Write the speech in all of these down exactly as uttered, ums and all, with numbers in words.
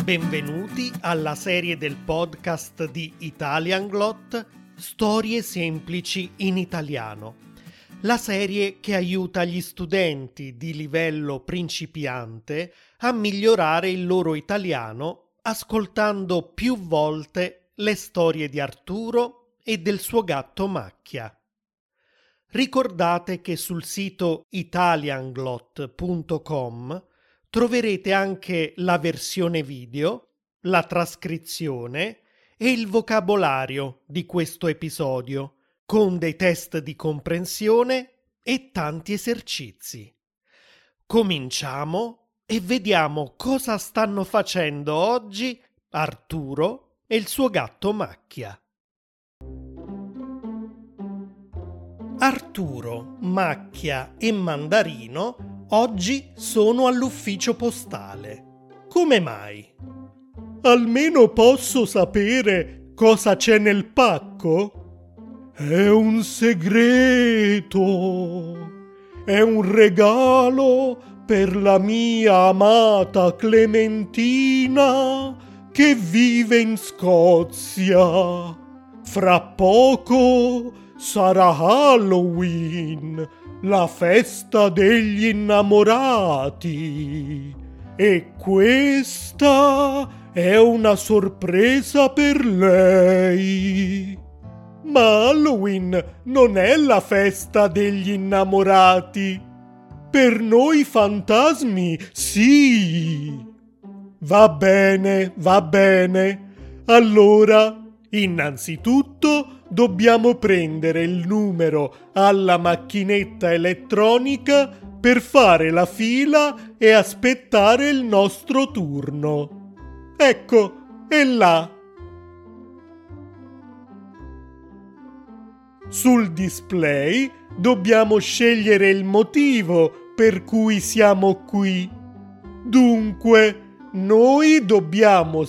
Benvenuti alla serie del podcast di Italianglot Storie semplici in italiano, la serie che aiuta gli studenti di livello principiante a migliorare il loro italiano ascoltando più volte le storie di Arturo e del suo gatto Macchia. Ricordate che sul sito italianglot punto com troverete anche la versione video, la trascrizione e il vocabolario di questo episodio, con dei test di comprensione e tanti esercizi. Cominciamo e vediamo cosa stanno facendo oggi Arturo e il suo gatto Macchia. Arturo, Macchia e Mandarino oggi sono all'ufficio postale. Come mai? Almeno posso sapere cosa c'è nel pacco? È un segreto. È un regalo per la mia amata Clementina che vive in Scozia. Fra poco sarà Halloween, la festa degli innamorati, e questa è una sorpresa per lei. Ma Halloween non è la festa degli innamorati. Per noi fantasmi, sì. Va bene, va bene. Allora, innanzitutto dobbiamo prendere il numero alla macchinetta elettronica per fare la fila e aspettare il nostro turno. Ecco, è là. Sul display dobbiamo scegliere il motivo per cui siamo qui. Dunque, noi dobbiamo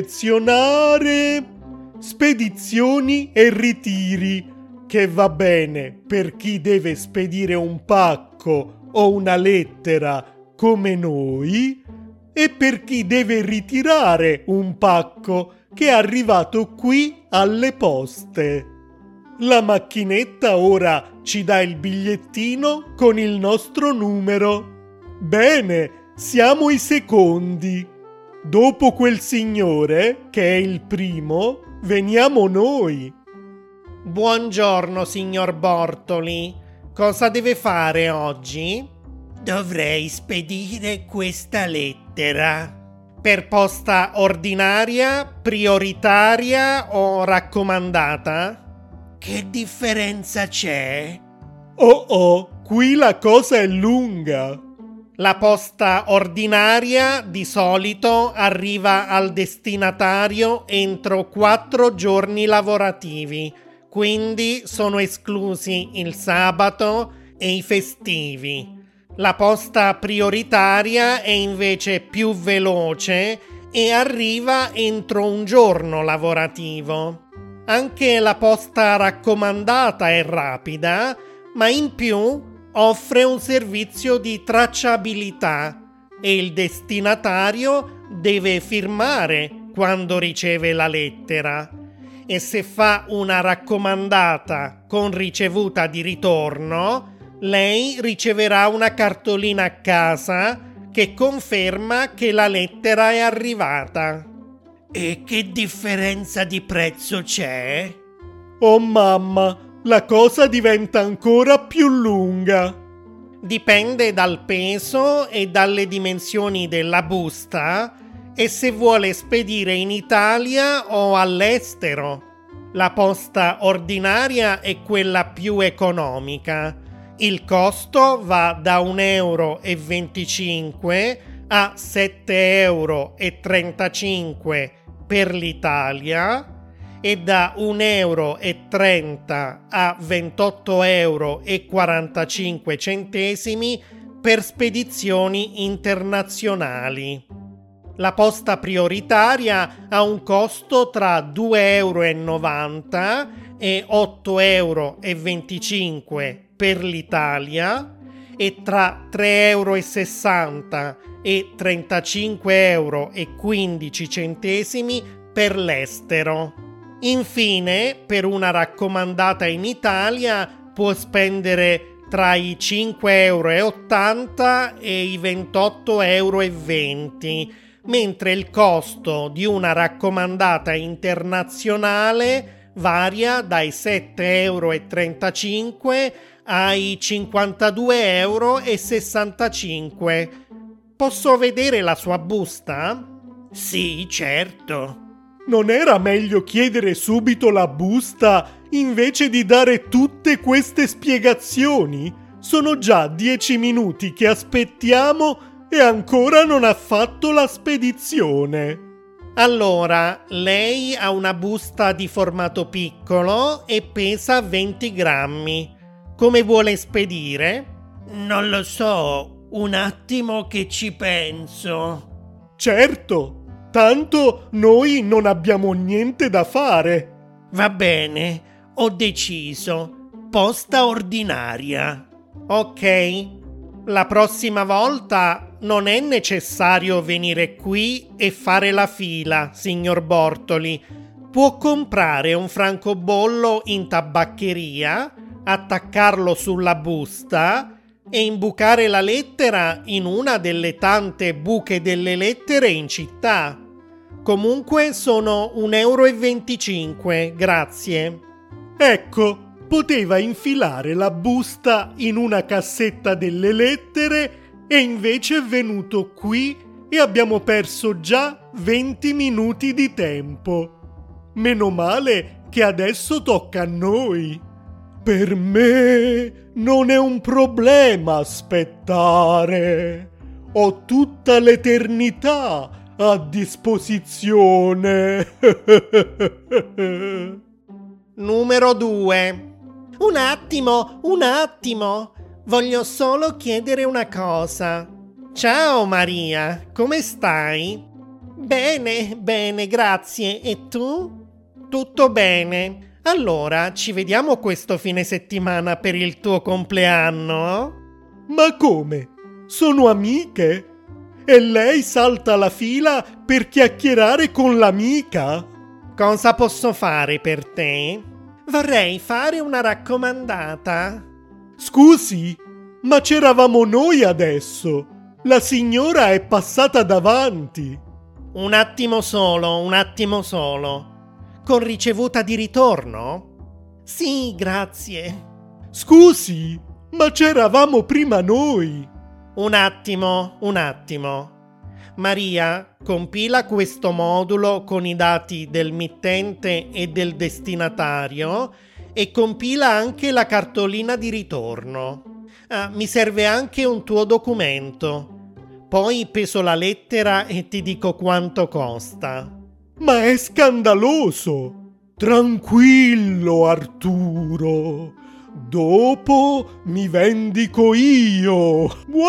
selezionare spedizioni e ritiri, che va bene per chi deve spedire un pacco o una lettera come noi, e per chi deve ritirare un pacco che è arrivato qui alle poste. La macchinetta ora ci dà il bigliettino con il nostro numero. Bene, siamo i secondi. Dopo quel signore, che è il primo, veniamo noi. Buongiorno, signor Bortoli. Cosa deve fare oggi? Dovrei spedire questa lettera. Per posta ordinaria, prioritaria o raccomandata? Che differenza c'è? Oh oh, qui la cosa è lunga. La posta ordinaria di solito arriva al destinatario entro quattro giorni lavorativi, quindi sono esclusi il sabato e i festivi. La posta prioritaria è invece più veloce e arriva entro un giorno lavorativo. Anche la posta raccomandata è rapida, ma in più offre un servizio di tracciabilità e il destinatario deve firmare quando riceve la lettera, e se fa una raccomandata con ricevuta di ritorno, lei riceverà una cartolina a casa che conferma che la lettera è arrivata. E che differenza di prezzo c'è? Oh mamma, la cosa diventa ancora più lunga. Dipende dal peso e dalle dimensioni della busta e se vuole spedire in Italia o all'estero. La posta ordinaria è quella più economica. Il costo va da un euro e venticinque a sette euro e trentacinque per l'Italia e da un euro e trenta a ventotto euro e quarantacinque centesimi per spedizioni internazionali. La posta prioritaria ha un costo tra due euro e novanta e otto euro e venticinque per l'Italia è tra tre e sessanta euro e trentacinque euro e quindici centesimi per l'estero. Infine, per una raccomandata in Italia può spendere tra i cinque e ottanta euro e i ventotto e venti euro, mentre il costo di una raccomandata internazionale varia dai sette e trentacinque euro ai cinquantadue e sessantacinque euro. Posso vedere la sua busta? Sì, certo. Non era meglio chiedere subito la busta invece di dare tutte queste spiegazioni? Sono già dieci minuti che aspettiamo e ancora non ha fatto la spedizione. Allora, lei ha una busta di formato piccolo e pesa venti grammi. Come vuole spedire? Non lo so, un attimo che ci penso. Certo, tanto noi non abbiamo niente da fare. Va bene, ho deciso. Posta ordinaria. Ok, la prossima volta non è necessario venire qui e fare la fila, signor Bortoli. Può comprare un francobollo in tabaccheria, attaccarlo sulla busta e imbucare la lettera in una delle tante buche delle lettere in città. Comunque sono un euro e venticinque, grazie. Ecco, poteva infilare la busta in una cassetta delle lettere e invece è venuto qui e abbiamo perso già venti minuti di tempo. Meno male che adesso tocca a noi. Per me non è un problema aspettare. Ho tutta l'eternità a disposizione. Numero due. Un attimo, un attimo. Voglio solo chiedere una cosa. Ciao Maria, come stai? Bene, bene, grazie. E tu? Tutto bene. Allora, ci vediamo questo fine settimana per il tuo compleanno? Ma come? Sono amiche? E lei salta la fila per chiacchierare con l'amica? Cosa posso fare per te? Vorrei fare una raccomandata. Scusi, ma c'eravamo noi adesso. La signora è passata davanti. Un attimo solo, un attimo solo. Con ricevuta di ritorno? Sì, grazie. Scusi, ma c'eravamo prima noi. Un attimo, un attimo. Maria, compila questo modulo con i dati del mittente e del destinatario e compila anche la cartolina di ritorno. Ah, mi serve anche un tuo documento. Poi peso la lettera e ti dico quanto costa. Ma è scandaloso! Tranquillo, Arturo. Dopo mi vendico io.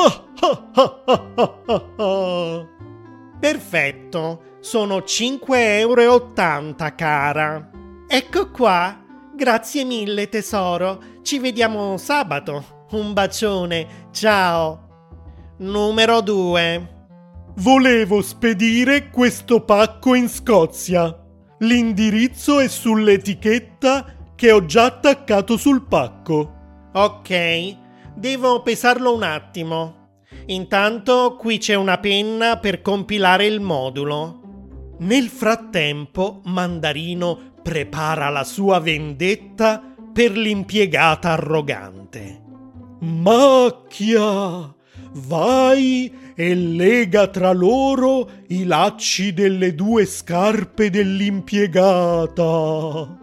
Perfetto, sono cinque e ottanta euro, cara. Ecco qua. Grazie mille, tesoro. Ci vediamo sabato. Un bacione, ciao. Numero due. Volevo spedire questo pacco in Scozia. L'indirizzo è sull'etichetta che ho già attaccato sul pacco. Ok, devo pesarlo un attimo. Intanto qui c'è una penna per compilare il modulo. Nel frattempo, Mandarino prepara la sua vendetta per l'impiegata arrogante. Macchia, vai e lega tra loro i lacci delle due scarpe dell'impiegata.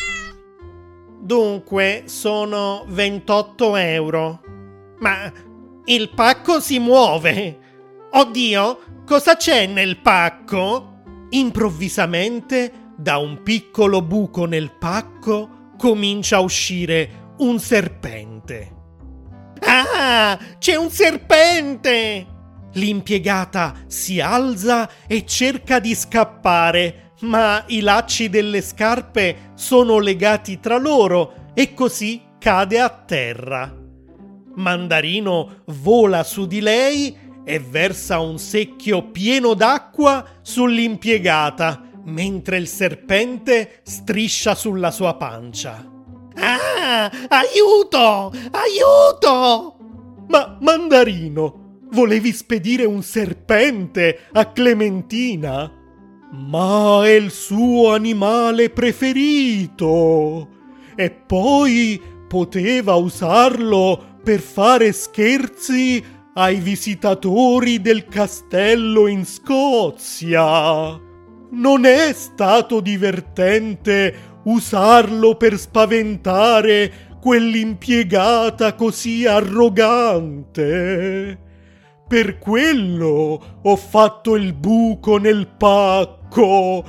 Dunque, sono ventotto euro. Ma il pacco si muove! Oddio, cosa c'è nel pacco? Improvvisamente, da un piccolo buco nel pacco, comincia a uscire un serpente. Ah, c'è un serpente! L'impiegata si alza e cerca di scappare, ma i lacci delle scarpe sono legati tra loro e così cade a terra. Mandarino vola su di lei e versa un secchio pieno d'acqua sull'impiegata, mentre il serpente striscia sulla sua pancia. Ah, aiuto! Aiuto! Ma Mandarino, volevi spedire un serpente a Clementina? Ma è il suo animale preferito! E poi poteva usarlo per fare scherzi ai visitatori del castello in Scozia. Non è stato divertente usarlo per spaventare quell'impiegata così arrogante? Per quello ho fatto il buco nel pacco.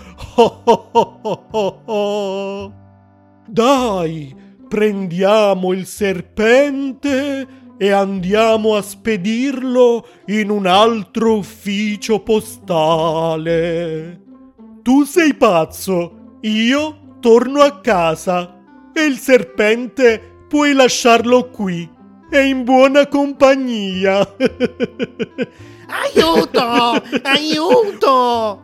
Dai, prendiamo il serpente e andiamo a spedirlo in un altro ufficio postale. Tu sei pazzo, io torno a casa e il serpente puoi lasciarlo qui. È in buona compagnia. Aiuto! Aiuto!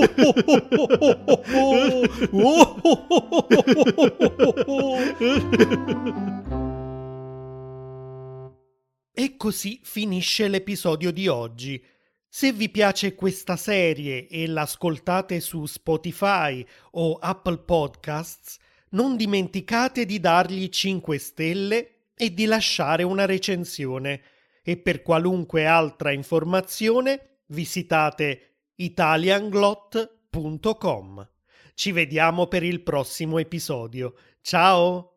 E così finisce l'episodio di oggi. Se vi piace questa serie e l'ascoltate su Spotify o Apple Podcasts, non dimenticate di dargli cinque stelle e di lasciare una recensione. E per qualunque altra informazione visitate italianglot punto com. Ci vediamo per il prossimo episodio. Ciao!